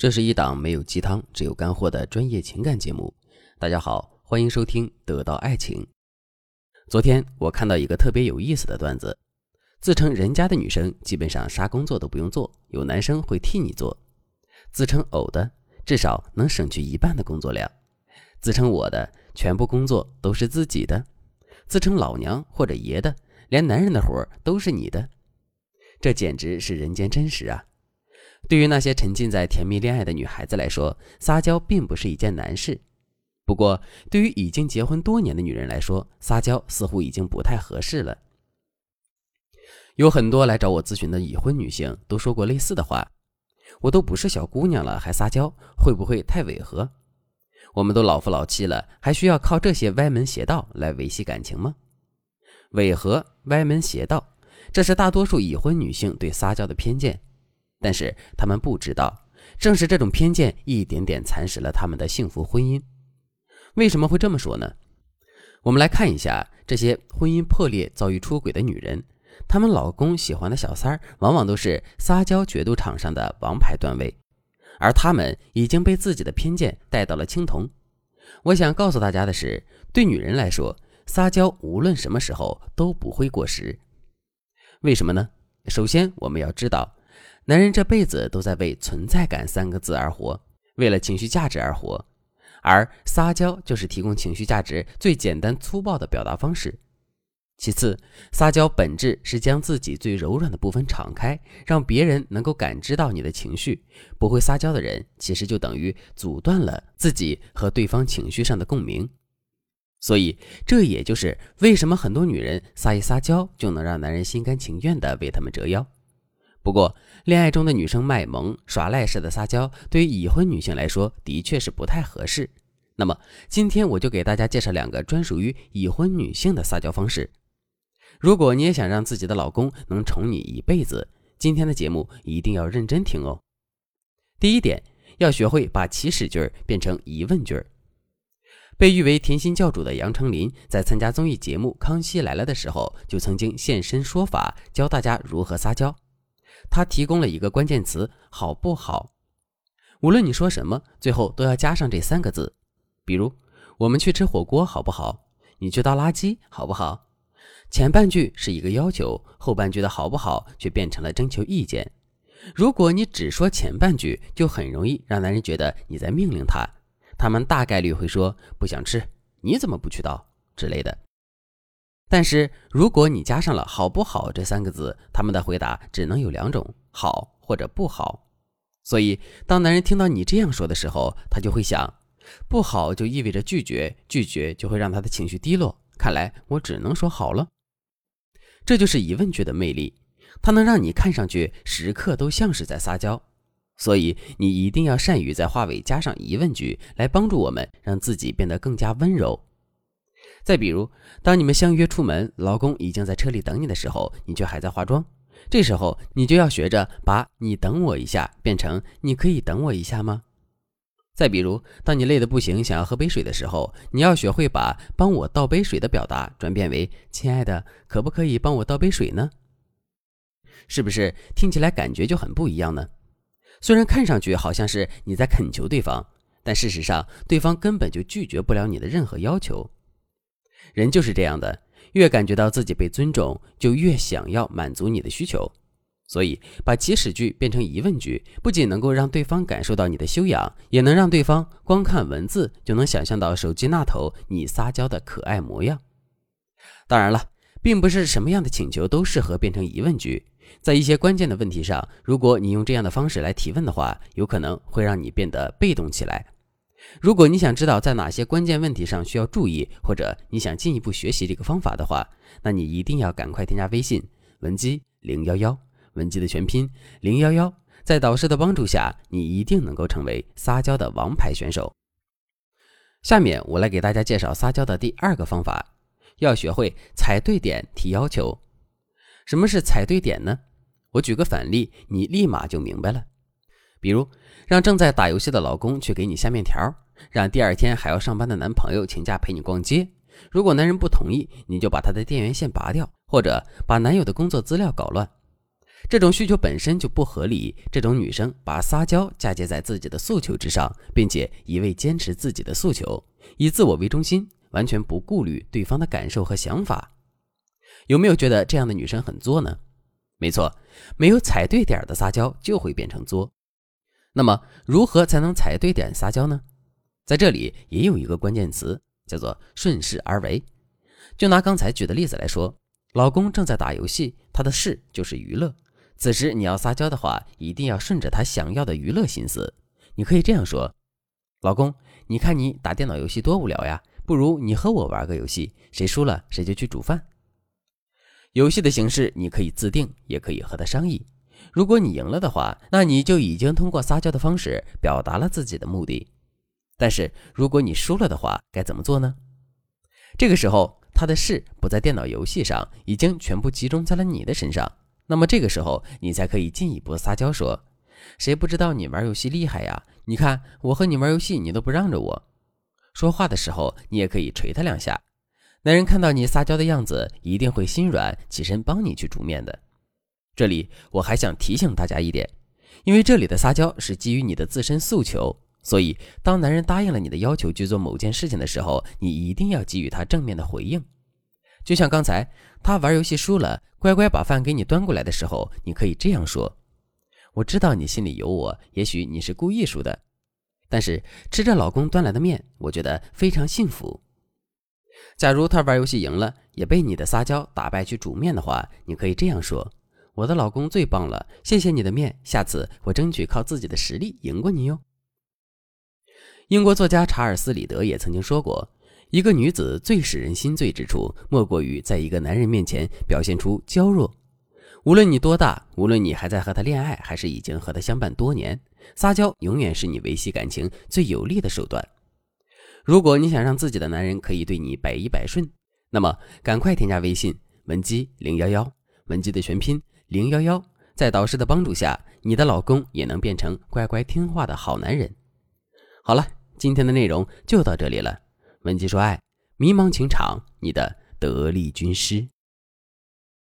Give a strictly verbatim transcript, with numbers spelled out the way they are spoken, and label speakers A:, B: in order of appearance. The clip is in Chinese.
A: 这是一档没有鸡汤只有干货的专业情感节目。大家好，欢迎收听得到爱情。昨天我看到一个特别有意思的段子，自称人家的女生基本上啥工作都不用做，有男生会替你做；自称偶的至少能省去一半的工作量；自称我的全部工作都是自己的；自称老娘或者爷的连男人的活都是你的。这简直是人间真实啊！对于那些沉浸在甜蜜恋爱的女孩子来说，撒娇并不是一件难事。不过对于已经结婚多年的女人来说，撒娇似乎已经不太合适了。有很多来找我咨询的已婚女性都说过类似的话，我都不是小姑娘了还撒娇，会不会太违和？我们都老夫老妻了，还需要靠这些歪门邪道来维系感情吗？违和、歪门邪道，这是大多数已婚女性对撒娇的偏见。但是他们不知道，正是这种偏见一点点蚕食了他们的幸福婚姻。为什么会这么说呢？我们来看一下这些婚姻破裂遭遇出轨的女人，她们老公喜欢的小三儿往往都是撒娇决斗场上的王牌段位，而她们已经被自己的偏见带到了青铜。我想告诉大家的是，对女人来说，撒娇无论什么时候都不会过时。为什么呢？首先我们要知道，男人这辈子都在为存在感三个字而活，为了情绪价值而活，而撒娇就是提供情绪价值最简单粗暴的表达方式。其次，撒娇本质是将自己最柔软的部分敞开，让别人能够感知到你的情绪。不会撒娇的人，其实就等于阻断了自己和对方情绪上的共鸣。所以这也就是为什么很多女人撒一撒娇就能让男人心甘情愿地为他们折腰。不过恋爱中的女生卖萌耍赖式的撒娇，对于已婚女性来说的确是不太合适。那么今天我就给大家介绍两个专属于已婚女性的撒娇方式。如果你也想让自己的老公能宠你一辈子，今天的节目一定要认真听哦。第一点，要学会把祈使句变成疑问句。被誉为甜心教主的杨丞琳在参加综艺节目《康熙来了》的时候，就曾经现身说法，教大家如何撒娇。他提供了一个关键词，好不好？无论你说什么，最后都要加上这三个字。比如，我们去吃火锅好不好？你去倒垃圾好不好？前半句是一个要求，后半句的好不好却变成了征求意见。如果你只说前半句，就很容易让男人觉得你在命令他，他们大概率会说不想吃，你怎么不去倒之类的。但是如果你加上了好不好这三个字，他们的回答只能有两种，好或者不好。所以当男人听到你这样说的时候，他就会想，不好就意味着拒绝，拒绝就会让他的情绪低落，看来我只能说好了。这就是疑问句的魅力，它能让你看上去时刻都像是在撒娇。所以你一定要善于在话尾加上疑问句，来帮助我们让自己变得更加温柔。再比如，当你们相约出门，老公已经在车里等你的时候，你却还在化妆，这时候你就要学着把你等我一下变成你可以等我一下吗？再比如，当你累得不行想要喝杯水的时候，你要学会把帮我倒杯水的表达转变为亲爱的，可不可以帮我倒杯水呢？是不是听起来感觉就很不一样呢？虽然看上去好像是你在恳求对方，但事实上对方根本就拒绝不了你的任何要求。人就是这样的，越感觉到自己被尊重，就越想要满足你的需求。所以把祈使句变成疑问句，不仅能够让对方感受到你的修养，也能让对方光看文字就能想象到手机那头你撒娇的可爱模样。当然了，并不是什么样的请求都适合变成疑问句，在一些关键的问题上，如果你用这样的方式来提问的话，有可能会让你变得被动起来。如果你想知道在哪些关键问题上需要注意，或者你想进一步学习这个方法的话，那你一定要赶快添加微信文姬零一一，文姬的全拼零一一，在导师的帮助下，你一定能够成为撒娇的王牌选手。下面我来给大家介绍撒娇的第二个方法，要学会踩对点提要求。什么是踩对点呢？我举个反例，你立马就明白了。比如，让正在打游戏的老公去给你下面条，让第二天还要上班的男朋友请假陪你逛街。如果男人不同意，你就把他的电源线拔掉，或者把男友的工作资料搞乱。 这种需求本身就不合理，这种女生把撒娇嫁接在自己的诉求之上，并且一味坚持自己的诉求，以自我为中心，完全不顾虑对方的感受和想法。有没有觉得这样的女生很作呢？没错，没有踩对点的撒娇就会变成作。那么如何才能踩对点撒娇呢？在这里也有一个关键词，叫做顺势而为。就拿刚才举的例子来说，老公正在打游戏，他的事就是娱乐，此时你要撒娇的话，一定要顺着他想要的娱乐心思。你可以这样说：老公，你看你打电脑游戏多无聊呀，不如你和我玩个游戏，谁输了谁就去煮饭。游戏的形式你可以自定，也可以和他商议。如果你赢了的话，那你就已经通过撒娇的方式表达了自己的目的。但是如果你输了的话，该怎么做呢？这个时候他的事不在电脑游戏上，已经全部集中在了你的身上，那么这个时候你才可以进一步撒娇说：谁不知道你玩游戏厉害呀，你看我和你玩游戏你都不让着我。说话的时候你也可以捶他两下，男人看到你撒娇的样子，一定会心软，起身帮你去煮面的。这里我还想提醒大家一点，因为这里的撒娇是基于你的自身诉求，所以当男人答应了你的要求去做某件事情的时候，你一定要给予他正面的回应。就像刚才他玩游戏输了，乖乖把饭给你端过来的时候，你可以这样说：我知道你心里有我，也许你是故意输的，但是吃着老公端来的面，我觉得非常幸福。假如他玩游戏赢了，也被你的撒娇打败去煮面的话，你可以这样说：我的老公最棒了，谢谢你的面，下次我争取靠自己的实力赢过你哟。英国作家查尔斯·里德也曾经说过，一个女子最使人心醉之处，莫过于在一个男人面前表现出娇弱。无论你多大，无论你还在和他恋爱，还是已经和他相伴多年，撒娇永远是你维系感情最有力的手段。如果你想让自己的男人可以对你百依百顺，那么赶快添加微信文姬零一一，文姬的全拼零一一，在导师的帮助下，你的老公也能变成乖乖听话的好男人。好了，今天的内容就到这里了。文姬说爱，迷茫情场，你的得力军师。